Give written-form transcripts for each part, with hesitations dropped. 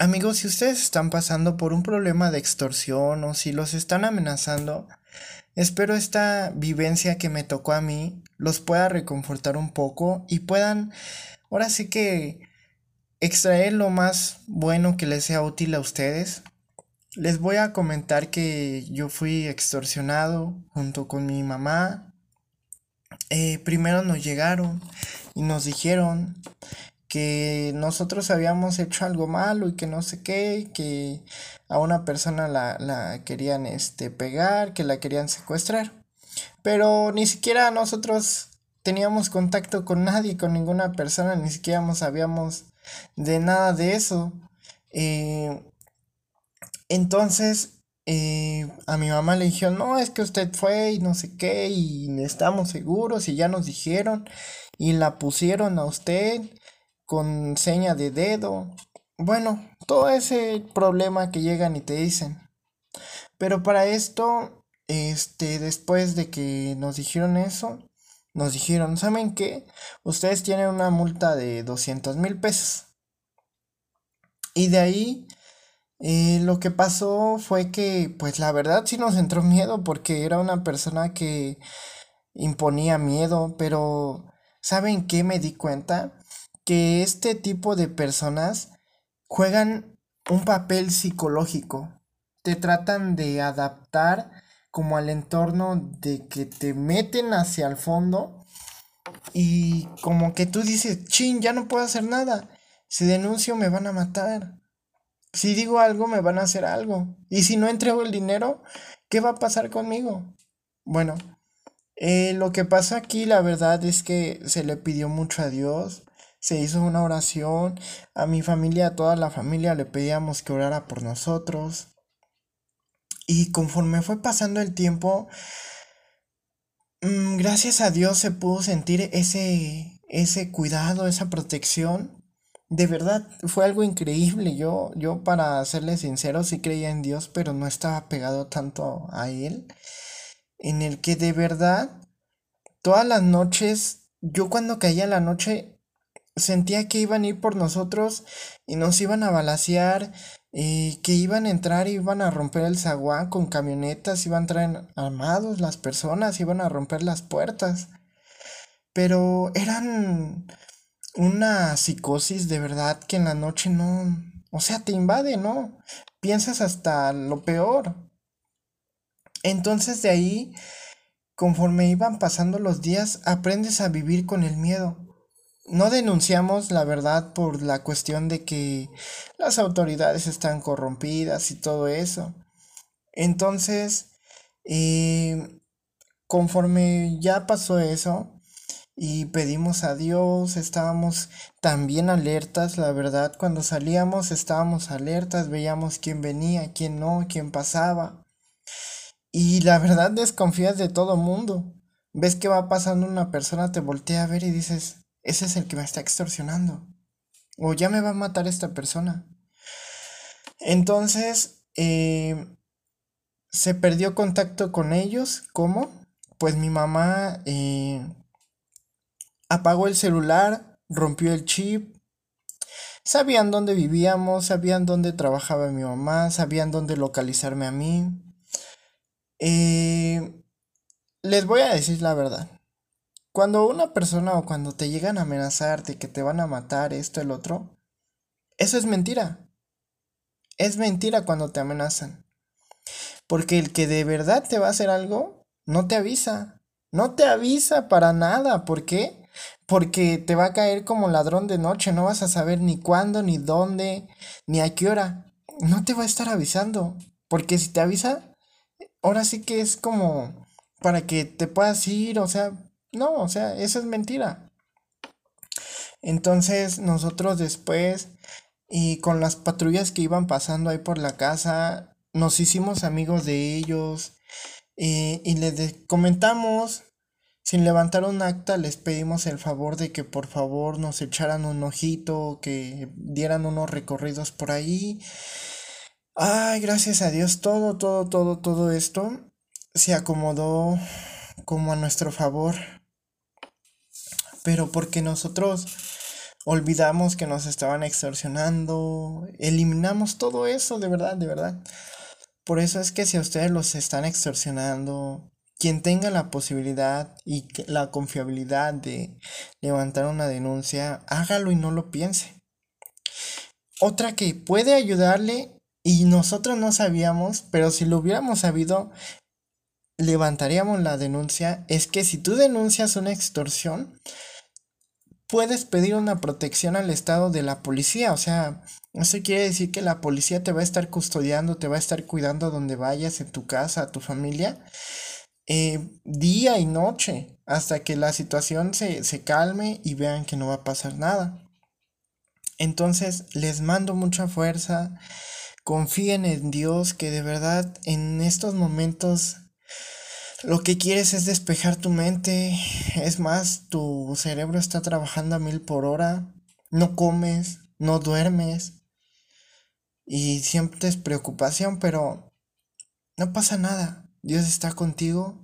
Amigos, si ustedes están pasando por un problema de extorsión o si los están amenazando, espero esta vivencia que me tocó a mí los pueda reconfortar un poco y puedan, ahora sí que extraer lo más bueno que les sea útil a ustedes. Les voy a comentar que yo fui extorsionado junto con mi mamá. Primero nos llegaron y nos dijeron que nosotros habíamos hecho algo malo y que no sé qué, y que a una persona la querían pegar, que la querían secuestrar. Pero ni siquiera nosotros teníamos contacto con nadie, con ninguna persona, ni siquiera sabíamos de nada de eso. Eh, entonces, a mi mamá le dijeron, no, es que usted fue y no sé qué, y estamos seguros, y ya nos dijeron, y la pusieron a usted con seña de dedo. Bueno, todo ese problema que llegan y te dicen. Pero para esto, después de que nos dijeron eso, nos dijeron, ¿saben qué? Ustedes tienen una multa de 200,000 pesos. Y de ahí lo que pasó fue que, pues la verdad sí nos entró miedo porque era una persona que imponía miedo, pero ¿saben qué me di cuenta? Que este tipo de personas juegan un papel psicológico. Te tratan de adaptar como al entorno de que te meten hacia el fondo y como que tú dices, chin, ya no puedo hacer nada. Si denuncio me van a matar. Si digo algo, me van a hacer algo. Y si no entrego el dinero, ¿qué va a pasar conmigo? Bueno, lo que pasa aquí, la verdad es que se le pidió mucho a Dios. Se hizo una oración. A mi familia, a toda la familia, le pedíamos que orara por nosotros. Y conforme fue pasando el tiempo, gracias a Dios se pudo sentir ese cuidado, esa protección. De verdad, fue algo increíble. Yo para serle sincero, sí creía en Dios, pero no estaba pegado tanto a Él. En el que de verdad, todas las noches, yo cuando caía la noche, sentía que iban a ir por nosotros y nos iban a balacear, que iban a entrar y iban a romper el zaguán con camionetas, iban a entrar armados las personas, iban a romper las puertas. Pero eran una psicosis de verdad que en la noche no, o sea, te invade, ¿no? Piensas hasta lo peor. Entonces de ahí, conforme iban pasando los días, aprendes a vivir con el miedo. No denunciamos la verdad por la cuestión de que las autoridades están corrompidas y todo eso. Entonces, eh, conforme ya pasó eso, y pedimos a Dios, estábamos también alertas, la verdad, cuando salíamos estábamos alertas, veíamos quién venía, quién no, quién pasaba. Y la verdad desconfías de todo mundo. Ves que va pasando una persona, te voltea a ver y dices, ese es el que me está extorsionando. O ya me va a matar esta persona. Entonces, se perdió contacto con ellos. ¿Cómo? Pues mi mamá apagó el celular, rompió el chip. Sabían dónde vivíamos, sabían dónde trabajaba mi mamá, sabían dónde localizarme a mí. Eh, Les voy a decir la verdad. Cuando una persona o cuando te llegan a amenazarte que te van a matar, esto, el otro, eso es mentira. Es mentira cuando te amenazan. Porque el que de verdad te va a hacer algo, no te avisa. No te avisa para nada. ¿Por qué? Porque te va a caer como ladrón de noche. No vas a saber ni cuándo, ni dónde, ni a qué hora. No te va a estar avisando. Porque si te avisa, ahora sí que es como para que te puedas ir. O sea, no, o sea, eso es mentira. Entonces nosotros después, y con las patrullas que iban pasando ahí por la casa, nos hicimos amigos de ellos y comentamos, sin levantar un acta, les pedimos el favor de que por favor nos echaran un ojito, que dieran unos recorridos por ahí. Ay, gracias a Dios, todo esto se acomodó como a nuestro favor, pero porque nosotros olvidamos que nos estaban extorsionando, eliminamos todo eso, de verdad, de verdad. Por eso es que si a ustedes los están extorsionando, quien tenga la posibilidad y la confiabilidad de levantar una denuncia, hágalo y no lo piense. Otra que puede ayudarle y nosotros no sabíamos, pero si lo hubiéramos sabido, levantaríamos la denuncia, es que si tú denuncias una extorsión, puedes pedir una protección al estado de la policía. O sea, eso quiere decir que la policía te va a estar custodiando, te va a estar cuidando donde vayas, en tu casa, a tu familia, día y noche, hasta que la situación se calme y vean que no va a pasar nada. Entonces, les mando mucha fuerza, confíen en Dios, que de verdad en estos momentos lo que quieres es despejar tu mente. Es más, tu cerebro está trabajando a 1000 por hora. No comes, no duermes y sientes preocupación, pero no pasa nada. Dios está contigo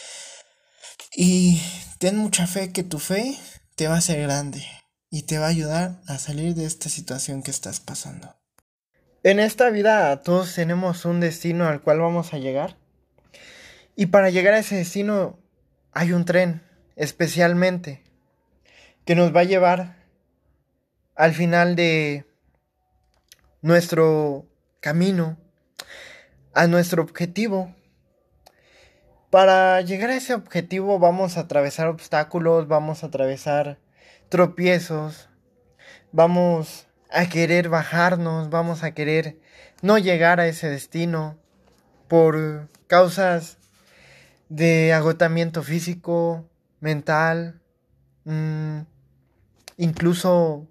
y ten mucha fe que tu fe te va a hacer grande y te va a ayudar a salir de esta situación que estás pasando. En esta vida todos tenemos un destino al cual vamos a llegar. Y para llegar a ese destino hay un tren, especialmente, que nos va a llevar al final de nuestro camino, a nuestro objetivo. Para llegar a ese objetivo vamos a atravesar obstáculos, vamos a atravesar tropiezos, vamos a querer bajarnos, vamos a querer no llegar a ese destino por causas de agotamiento físico, mental, incluso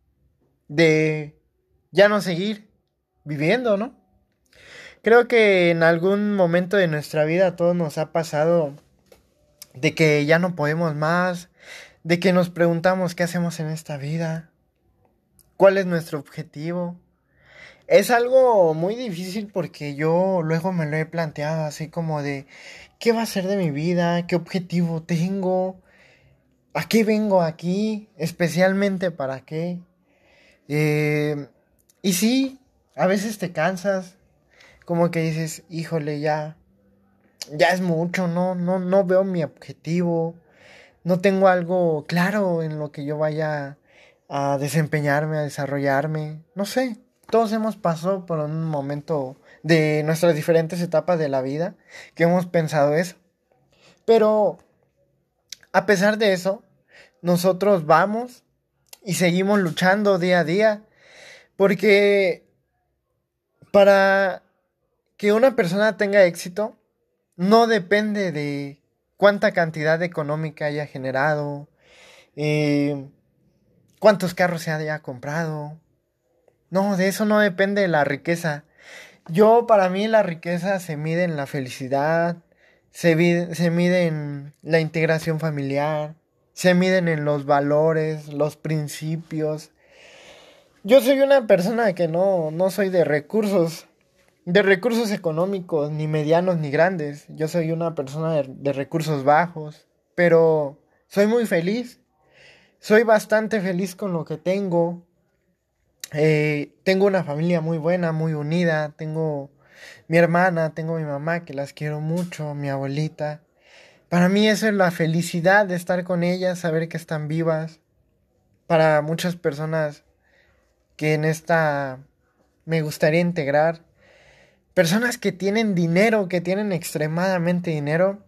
de ya no seguir viviendo, ¿no? Creo que en algún momento de nuestra vida a todos nos ha pasado de que ya no podemos más, de que nos preguntamos qué hacemos en esta vida, cuál es nuestro objetivo. Es algo muy difícil porque yo luego me lo he planteado así como de qué va a ser de mi vida, qué objetivo tengo, a qué vengo aquí, especialmente para qué. Eh, y sí, a veces te cansas, como que dices, híjole, ya es mucho, no veo mi objetivo, no tengo algo claro en lo que yo vaya a desempeñarme, a desarrollarme, no sé, todos hemos pasado por un momento de nuestras diferentes etapas de la vida que hemos pensado eso, pero a pesar de eso, nosotros vamos y seguimos luchando día a día, porque para que una persona tenga éxito no depende de cuánta cantidad económica haya generado, eh, cuántos carros se haya comprado. No, de eso no depende la riqueza. Para mí la riqueza se mide en la felicidad, se mide en la integración familiar, se miden en los valores, los principios. Yo soy una persona que no soy de recursos económicos, ni medianos ni grandes. Yo soy una persona de recursos bajos, pero soy muy feliz. Soy bastante feliz con lo que tengo. Tengo una familia muy buena, muy unida. Tengo mi hermana, tengo mi mamá, que las quiero mucho, mi abuelita. Para mí eso es la felicidad de estar con ellas, saber que están vivas. Para muchas personas que en esta me gustaría integrar. Personas que tienen dinero, que tienen extremadamente dinero,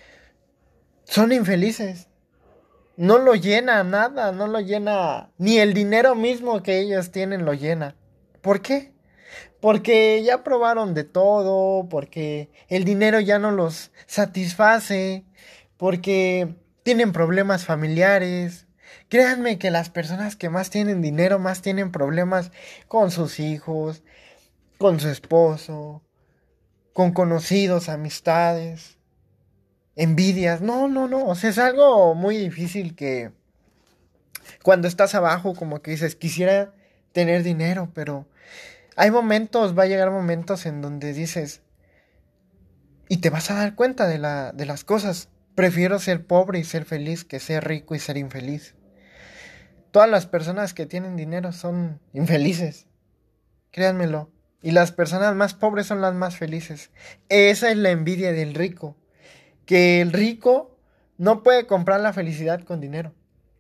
son infelices. No lo llena nada, no lo llena, ni el dinero mismo que ellos tienen lo llena. ¿Por qué? Porque ya probaron de todo, porque el dinero ya no los satisface, porque tienen problemas familiares. Créanme que las personas que más tienen dinero, más tienen problemas con sus hijos, con su esposo, con conocidos, amistades, envidias. No. O sea, es algo muy difícil que cuando estás abajo, como que dices, quisiera tener dinero, pero hay momentos, va a llegar momentos en donde dices, y te vas a dar cuenta de las cosas. Prefiero ser pobre y ser feliz que ser rico y ser infeliz. Todas las personas que tienen dinero son infelices, créanmelo. Y las personas más pobres son las más felices. Esa es la envidia del rico. Que el rico no puede comprar la felicidad con dinero.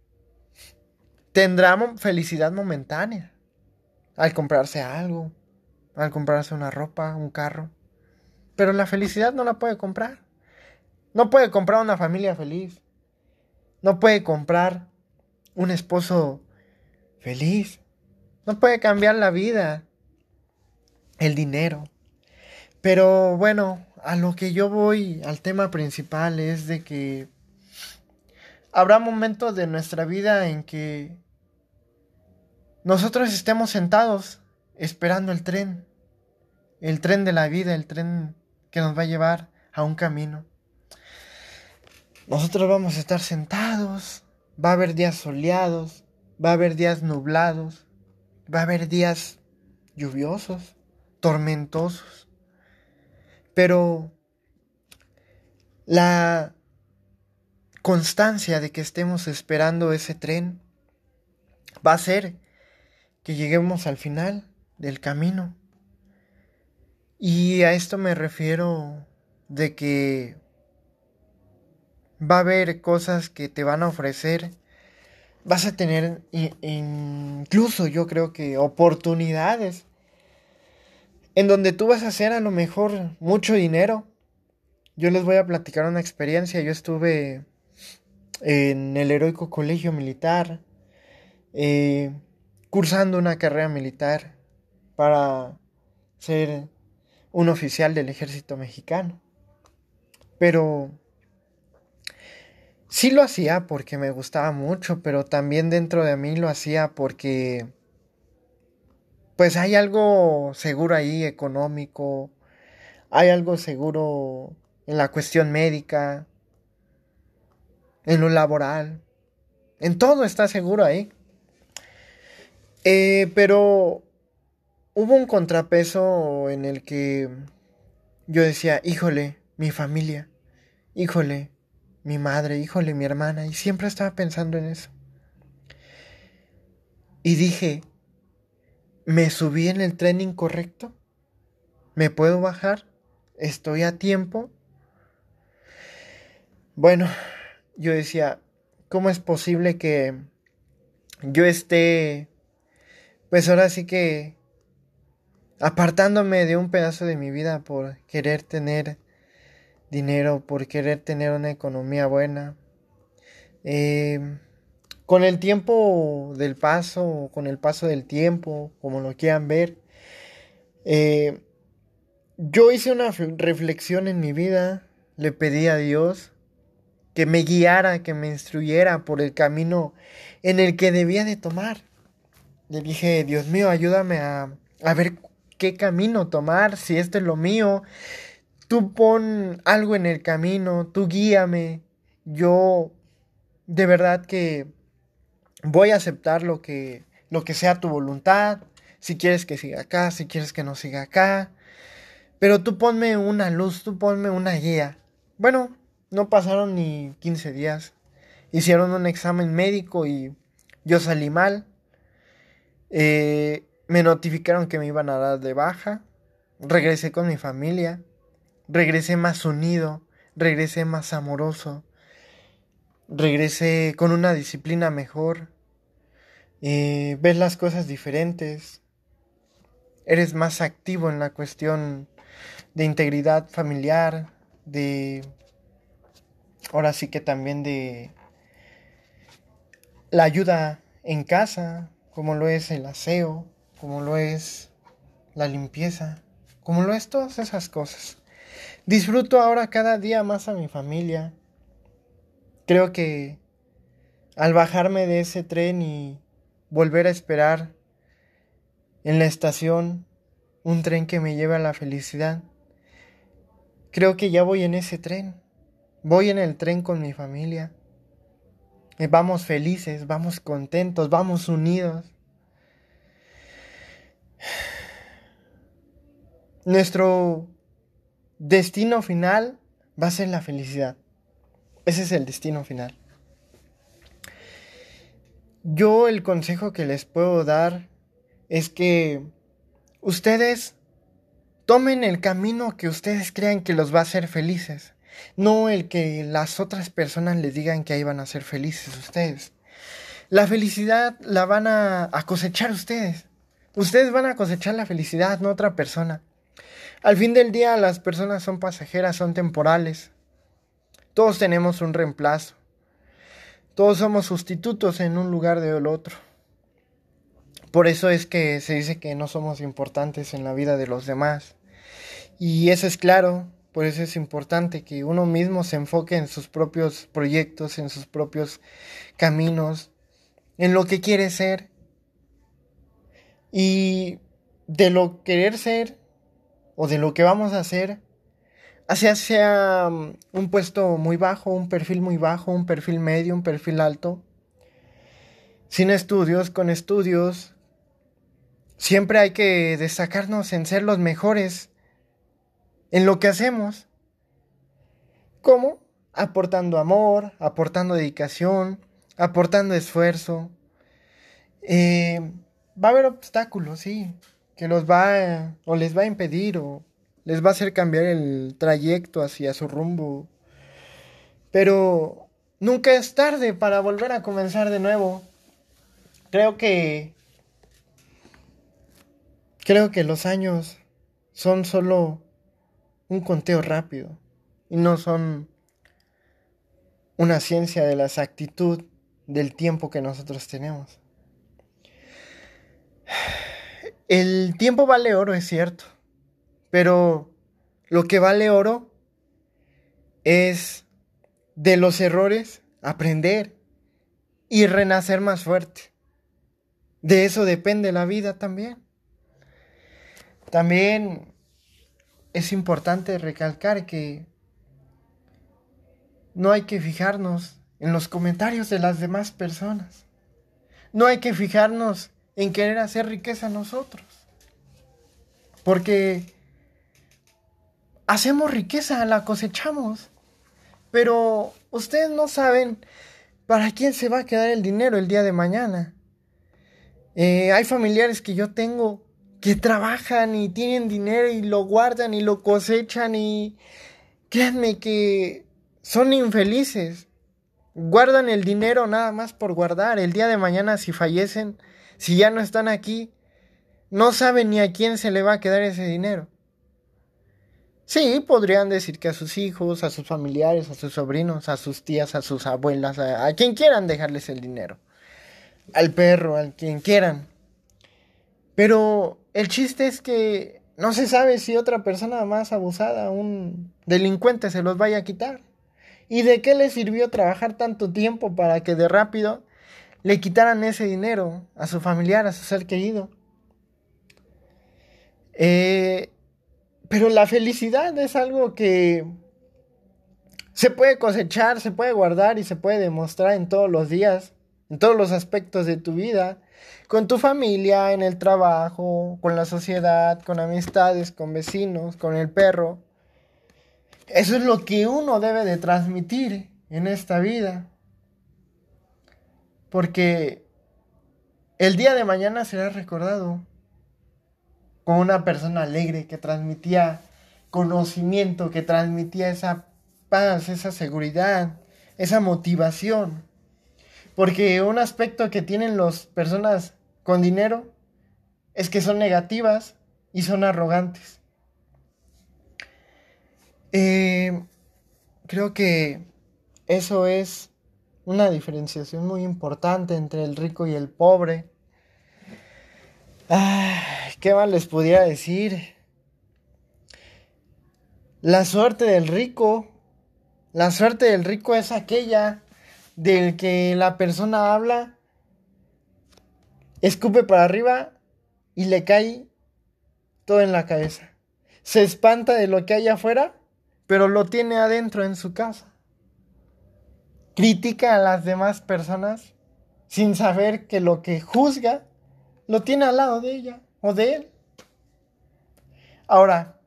Tendrá felicidad momentánea al comprarse algo, al comprarse una ropa, un carro. Pero la felicidad no la puede comprar. No puede comprar una familia feliz. No puede comprar un esposo feliz. No puede cambiar la vida, el dinero. Pero bueno, a lo que yo voy, al tema principal, es de que habrá momentos de nuestra vida en que nosotros estemos sentados esperando el tren de la vida, el tren que nos va a llevar a un camino. Nosotros vamos a estar sentados, va a haber días soleados, va a haber días nublados, va a haber días lluviosos, tormentosos. Pero la constancia de que estemos esperando ese tren va a hacer que lleguemos al final del camino. Y a esto me refiero de que va a haber cosas que te van a ofrecer. Vas a tener incluso yo creo que oportunidades en donde tú vas a hacer a lo mejor mucho dinero. Yo les voy a platicar una experiencia. Yo estuve en el Heroico Colegio Militar, cursando una carrera militar para ser un oficial del ejército mexicano. Pero sí lo hacía porque me gustaba mucho, pero también dentro de mí lo hacía porque pues hay algo seguro ahí económico, hay algo seguro en la cuestión médica, en lo laboral, en todo está seguro ahí. Pero hubo un contrapeso en el que yo decía, híjole, mi familia, híjole, mi madre, híjole, mi hermana, y siempre estaba pensando en eso. Y dije, ¿me subí en el tren incorrecto? ¿Me puedo bajar? ¿Estoy a tiempo? Bueno, yo decía, ¿cómo es posible que yo esté, pues ahora sí que apartándome de un pedazo de mi vida por querer tener dinero, por querer tener una economía buena? Con el tiempo del paso, con el paso del tiempo, como lo quieran ver, eh, yo hice una reflexión en mi vida, le pedí a Dios que me guiara, que me instruyera por el camino en el que debía de tomar. Le dije, Dios mío, ayúdame a ver qué camino tomar, si este es lo mío. Tú pon algo en el camino, tú guíame. Yo de verdad que voy a aceptar lo que sea tu voluntad. Si quieres que siga acá, si quieres que no siga acá. Pero tú ponme una luz, tú ponme una guía. Bueno, no pasaron ni 15 días. Hicieron un examen médico y yo salí mal. Me notificaron que me iban a dar de baja. Regresé con mi familia. Regresé más unido. Regresé más amoroso. Regresé con una disciplina mejor. Ves las cosas diferentes. Eres más activo en la cuestión de integridad familiar. Ahora sí que también de la ayuda en casa, como lo es el aseo, como lo es la limpieza, como lo es todas esas cosas. Disfruto ahora cada día más a mi familia. Creo que al bajarme de ese tren y volver a esperar en la estación un tren que me lleve a la felicidad, creo que ya voy en ese tren. Voy en el tren con mi familia. Vamos felices, vamos contentos, vamos unidos. Nuestro destino final va a ser la felicidad. Ese es el destino final. Yo el consejo que les puedo dar es que ustedes tomen el camino que ustedes crean que los va a hacer felices, no el que las otras personas les digan que ahí van a ser felices ustedes. La felicidad la van a cosechar ustedes. Ustedes van a cosechar la felicidad, no otra persona. Al fin del día las personas son pasajeras, son temporales. Todos tenemos un reemplazo. Todos somos sustitutos en un lugar del otro. Por eso es que se dice que no somos importantes en la vida de los demás. Y eso es claro, por eso es importante que uno mismo se enfoque en sus propios proyectos, en sus propios caminos, en lo que quiere ser. Y de lo querer ser o de lo que vamos a hacer, hacia sea un puesto muy bajo, un perfil muy bajo, un perfil medio, un perfil alto, sin estudios, con estudios, siempre hay que destacarnos en ser los mejores en lo que hacemos. ¿Cómo? Aportando amor, aportando dedicación, aportando esfuerzo. Va a haber obstáculos, sí, que los va o les va a impedir o les va a hacer cambiar el trayecto hacia su rumbo. Pero nunca es tarde para volver a comenzar de nuevo. Creo que creo que los años son solo un conteo rápido y no son una ciencia de la exactitud del tiempo que nosotros tenemos. El tiempo vale oro, es cierto, pero lo que vale oro es de los errores aprender y renacer más fuerte. De eso depende la vida también. También es importante recalcar que no hay que fijarnos en los comentarios de las demás personas. No hay que fijarnos en querer hacer riqueza nosotros. Porque hacemos riqueza, la cosechamos. Pero ustedes no saben para quién se va a quedar el dinero el día de mañana. Hay familiares que yo tengo que trabajan y tienen dinero y lo guardan y lo cosechan y créanme que son infelices. Guardan el dinero nada más por guardar. El día de mañana si fallecen, si ya no están aquí, no saben ni a quién se le va a quedar ese dinero. Sí, podrían decir que a sus hijos, a sus familiares, a sus sobrinos, a sus tías, a sus abuelas, a quien quieran dejarles el dinero. Al perro, al quien quieran. Pero el chiste es que no se sabe si otra persona más abusada, un delincuente, se los vaya a quitar. ¿Y de qué le sirvió trabajar tanto tiempo para que de rápido le quitaran ese dinero a su familiar, a su ser querido? Pero la felicidad es algo que se puede cosechar, se puede guardar y se puede demostrar en todos los días, en todos los aspectos de tu vida, con tu familia, en el trabajo, con la sociedad, con amistades, con vecinos, con el perro. Eso es lo que uno debe de transmitir en esta vida, porque el día de mañana será recordado como una persona alegre que transmitía conocimiento, que transmitía esa paz, esa seguridad, esa motivación. Porque un aspecto que tienen las personas con dinero es que son negativas y son arrogantes. Creo que eso es una diferenciación muy importante entre el rico y el pobre. ¿Qué más les pudiera decir? La suerte del rico es aquella del que la persona habla, escupe para arriba y le cae todo en la cabeza. Se espanta de lo que hay afuera, pero lo tiene adentro en su casa. Critica a las demás personas sin saber que lo que juzga lo tiene al lado de ella o de él. Ahora,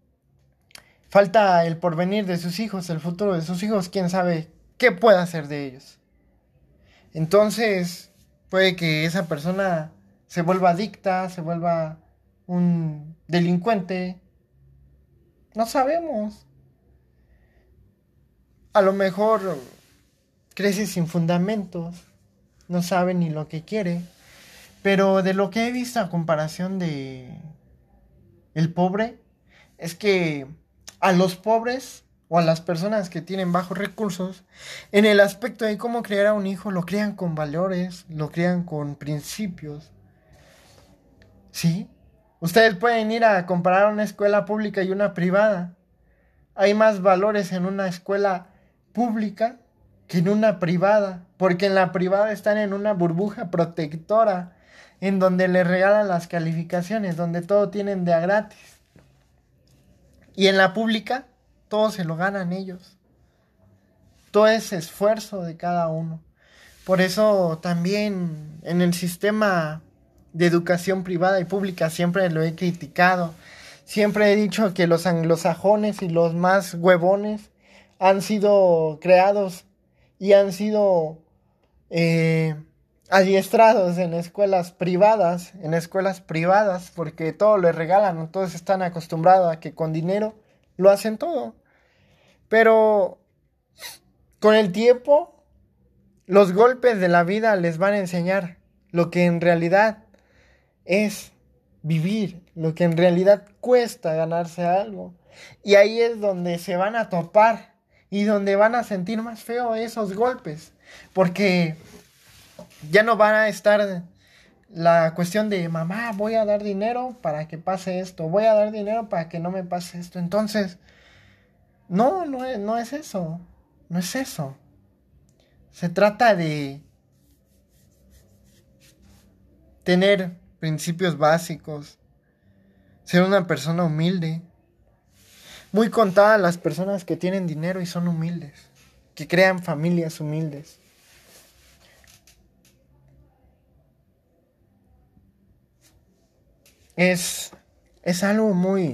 falta el porvenir de sus hijos, el futuro de sus hijos, quién sabe qué pueda hacer de ellos. Entonces, Puede que esa persona se vuelva adicta, se vuelva un delincuente. No sabemos. A lo mejor crece sin fundamentos. No sabe ni lo que quiere. Pero de lo que he visto a comparación de el pobre, es que a los pobres o a las personas que tienen bajos recursos, en el aspecto de cómo criar a un hijo, lo crían con valores, lo crían con principios. ¿Sí? Ustedes pueden ir a comparar una escuela pública y una privada. Hay más valores en una escuela pública que en una privada, porque en la privada están en una burbuja protectora, en donde les regalan las calificaciones, donde todo tienen de a gratis. Y en la pública, todo se lo ganan ellos. Todo es esfuerzo de cada uno. Por eso también en el sistema de educación privada y pública siempre lo he criticado. Siempre he dicho que los anglosajones y los más huevones han sido creados y han sido adiestrados en escuelas privadas, porque todo les regalan, todos están acostumbrados a que con dinero lo hacen todo. Pero con el tiempo, los golpes de la vida les van a enseñar lo que en realidad es vivir, lo que en realidad cuesta ganarse algo. Y ahí es donde se van a topar y donde van a sentir más feo esos golpes, porque ya no van a estar la cuestión de mamá, voy a dar dinero para que pase esto, voy a dar dinero para que no me pase esto. Entonces, no es eso, no es eso. Se trata de tener principios básicos, ser una persona humilde. Muy contadas las personas que tienen dinero y son humildes, que crean familias humildes. Es algo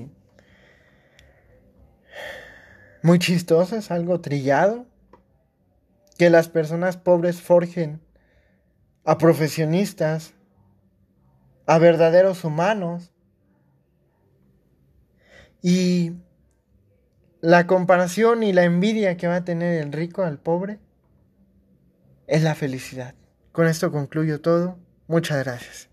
muy chistoso, es algo trillado, que las personas pobres forjen a profesionistas, a verdaderos humanos. Y la comparación y la envidia que va a tener el rico al pobre es la felicidad. Con esto concluyo todo. Muchas gracias.